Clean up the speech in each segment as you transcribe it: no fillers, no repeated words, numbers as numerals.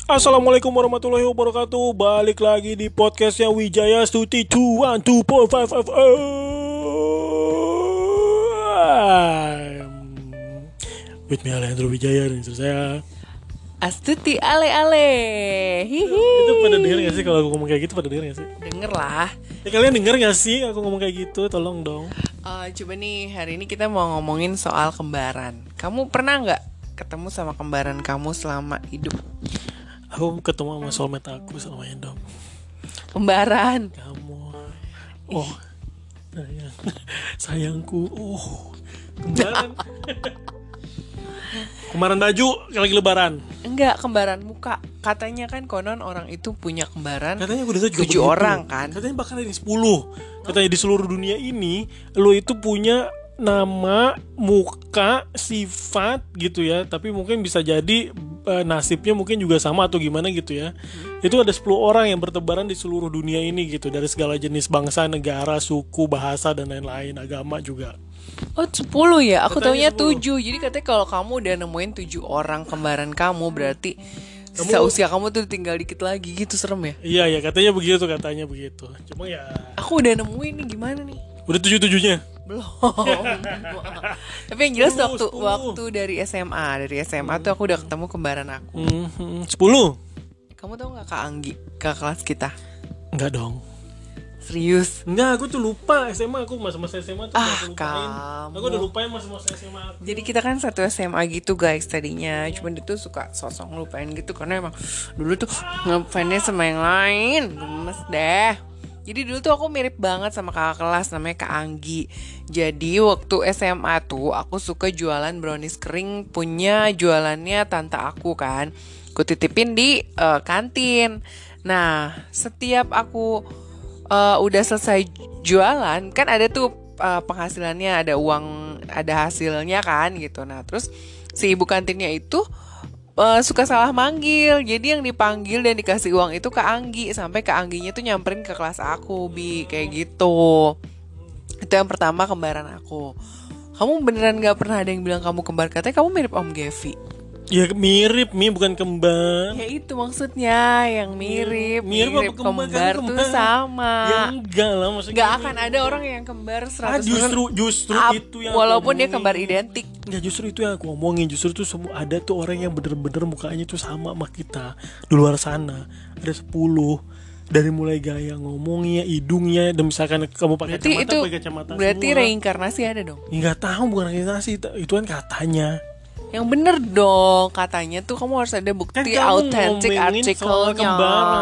Assalamualaikum warahmatullahi wabarakatuh. Balik lagi di podcastnya Wijaya Stuti 212.5 FM. With me Alejandro Wijaya dan istri saya Astuti ale-ale. Hihi. Itu pada denger gak sih kalau aku ngomong kayak gitu? Pada denger gak sih? Denger lah. Kalian denger gak sih aku ngomong kayak gitu? Tolong dong. Coba nih, hari ini kita mau ngomongin soal kembaran. Kamu pernah gak ketemu sama kembaran kamu selama hidup? Aku ketemu sama soulmate aku selamanya dong. Kembaran. Kamu. Oh sayangku. Kembaran. Kembaran baju lagi lebaran. Enggak, kembaran muka. Katanya kan konon orang itu punya kembaran. Katanya gue udah juga 7 orang kan. Katanya bahkan ada 10. Katanya di seluruh dunia ini lo itu punya nama, muka, sifat gitu ya. Tapi mungkin bisa jadi nasibnya mungkin juga sama atau gimana gitu ya. Itu ada 10 orang yang bertebaran di seluruh dunia ini gitu. Dari segala jenis bangsa, negara, suku, bahasa dan lain-lain, agama juga. Oh 10 ya? Aku taunya 7. Jadi katanya kalau kamu udah nemuin 7 orang kembaran kamu, berarti sisa usia kamu tuh tinggal dikit lagi gitu. Serem ya? Iya katanya begitu. Cuma ya aku udah nemuin nih, gimana nih? udah 7-7-nya. Belum. Tapi yang jelas waktu dari SMA tuh aku udah ketemu kembaran aku. 10. Kamu tahu nggak Kak Anggi, kakak kelas kita? Enggak dong. Serius? Enggak, aku tuh lupa SMA aku masa-masa SMA tuh udah lupain. Kamu. Aku udah lupain masa-masa SMA aku. Jadi kita kan satu SMA gitu guys tadinya. Cuman dia tuh suka sosok ngelupain gitu karena emang dulu tuh ngelupainnya sama yang lain. Gemes deh. Jadi dulu tuh aku mirip banget sama kakak kelas namanya Kak Anggi. Jadi waktu SMA tuh aku suka jualan brownies kering, punya jualannya tante aku kan. Aku titipin di kantin. Nah, setiap aku udah selesai jualan kan ada tuh penghasilannya, ada uang, ada hasilnya kan gitu. Nah terus si ibu kantinnya itu suka salah manggil, jadi yang dipanggil dan dikasih uang itu Kak Anggi. Sampai Kak Angginya tuh nyamperin ke kelas aku, kayak gitu. Itu yang pertama kembaran aku. Kamu beneran gak pernah ada yang bilang kamu kembar? Katanya kamu mirip Om Gevi. Ya mirip, bukan kembar. Ya itu maksudnya, yang mirip apa kembar tuh sama. Ya enggak lah, maksudnya gak akan ada orang yang kembar 100%. Justru itu yang walaupun dia kembar identik. Ya justru itu yang aku omongin. Justru tuh semua ada tuh orang yang bener-bener mukanya tuh sama kita. Di luar sana ada 10. Dari mulai gaya ngomongnya, hidungnya, dan misalkan kamu pakai kacamata berarti semua. Reinkarnasi ada dong? Ya nggak tahu, bukan reinkarnasi, itu kan katanya. Yang bener dong, katanya tuh kamu harus ada bukti autentik artikelnya.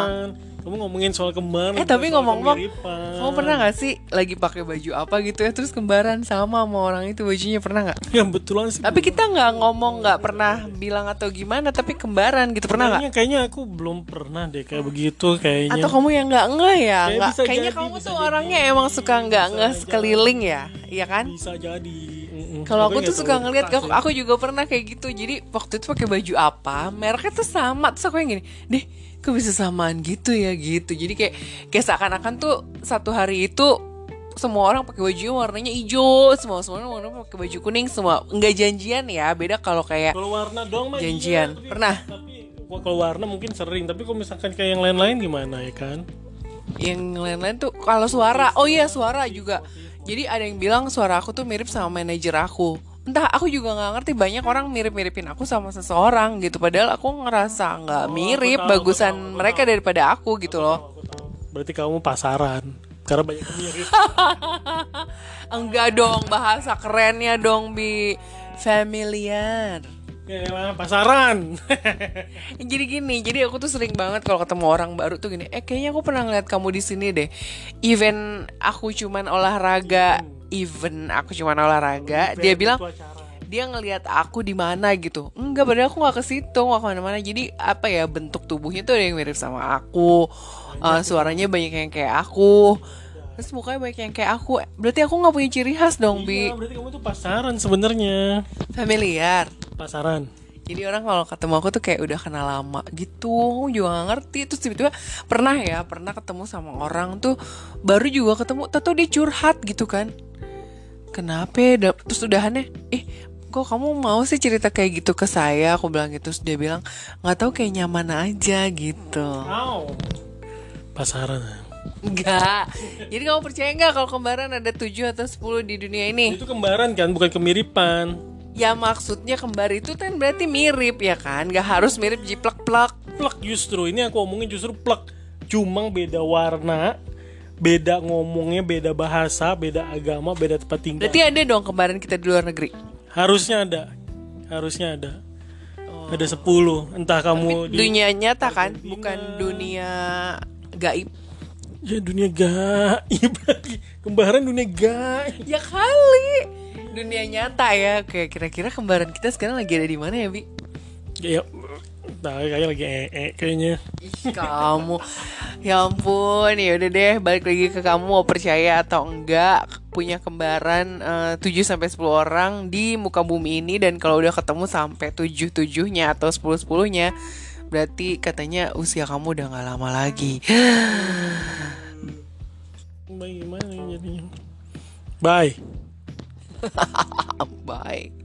Kamu ngomongin soal kembaran. Tapi ngomong-ngomong, kamu pernah gak sih lagi pakai baju apa gitu ya, terus kembaran sama orang itu bajunya, pernah gak? Ya betulan sih. Tapi kita gak ngomong, gak pernah bilang atau gimana, tapi kembaran gitu, pernah gak? Kayaknya aku belum pernah deh kayak begitu kayaknya. Atau kamu yang gak ngeh ya? Kayaknya kamu tuh orangnya emang suka gak ngeh sekeliling ya? Iya kan? Bisa jadi. Kalau aku tuh suka ngeliat, aku juga pernah kayak gitu. Jadi waktu itu pakai baju apa, mereknya tuh sama, terus aku yang gini, deh, kok bisa samaan gitu ya gitu. Jadi kayak seakan-akan tuh satu hari itu semua orang pakai baju warnanya hijau, semua orang pakai baju kuning, semua nggak janjian ya. Beda kalau kayak warna doang mah janjian. Iya, pernah. Tapi kalau warna mungkin sering, tapi kalau misalkan kayak yang lain-lain gimana ya kan? Yang lain-lain tuh kalau suara, oh iya suara juga. Jadi ada yang bilang suara aku tuh mirip sama manajer aku. Entah, aku juga gak ngerti, banyak orang mirip-miripin aku sama seseorang gitu. Padahal aku ngerasa gak mirip, bagusan mereka daripada aku gitu loh. Berarti kamu pasaran, karena banyak yang mirip. Enggak dong, bahasa kerennya dong, familiar. Ya pasaran. Jadi gini, jadi aku tuh sering banget kalau ketemu orang baru tuh gini, kayaknya aku pernah ngeliat kamu di sini deh. Event aku cuman olahraga, dia bilang dia ngelihat aku di mana gitu. Enggak, padahal aku nggak ke situ, nggak kemana-mana. Jadi apa ya, bentuk tubuhnya tuh ada yang mirip sama aku, suaranya banyak yang kayak aku, terus mukanya banyak yang kayak aku. Berarti aku nggak punya ciri khas dong, Iya, berarti kamu tuh pasaran sebenarnya. Familiar. Pasaran. Jadi orang kalau ketemu aku tuh kayak udah kenal lama gitu. Aku juga gak ngerti. Terus tiba-tiba pernah ketemu sama orang tuh, baru juga ketemu, tahu dia curhat gitu kan. Kenapa? Terus udahannya, kok kamu mau sih cerita kayak gitu ke saya? Aku bilang gitu, terus dia bilang nggak tahu kayak nyaman aja gitu. Wow. Pasaran. Enggak. Jadi kamu percaya nggak kalau kembaran ada 7 atau 10 di dunia ini? Itu kembaran kan, bukan kemiripan. Ya maksudnya kembar itu kan berarti mirip ya kan? Gak harus mirip jiplak-plak. Plek justru, ini aku omongin justru plek. Cuma beda warna, beda ngomongnya, beda bahasa, beda agama, beda tempat tinggal. Berarti ada dong kembaran kita di luar negeri. Harusnya ada. Ada 10. Entah kamu di Dunia nyata kan, bukan dunia gaib. ya dunia gaib lagi. Kembaran dunia gaib. Ya kali. Dunia nyata ya. Kayak kira-kira kembaran kita sekarang lagi ada di mana ya, Bi? Ya, kayak lagi kayaknya. Ih, kamu. Ya ampun, ya udah deh, balik lagi ke kamu mau percaya atau enggak punya kembaran 7 sampai 10 orang di muka bumi ini, dan kalau udah ketemu sampai 7-7-nya atau 10-10-nya berarti katanya usia kamu udah gak lama lagi. Bagaimana jadinya? Bye. Bye.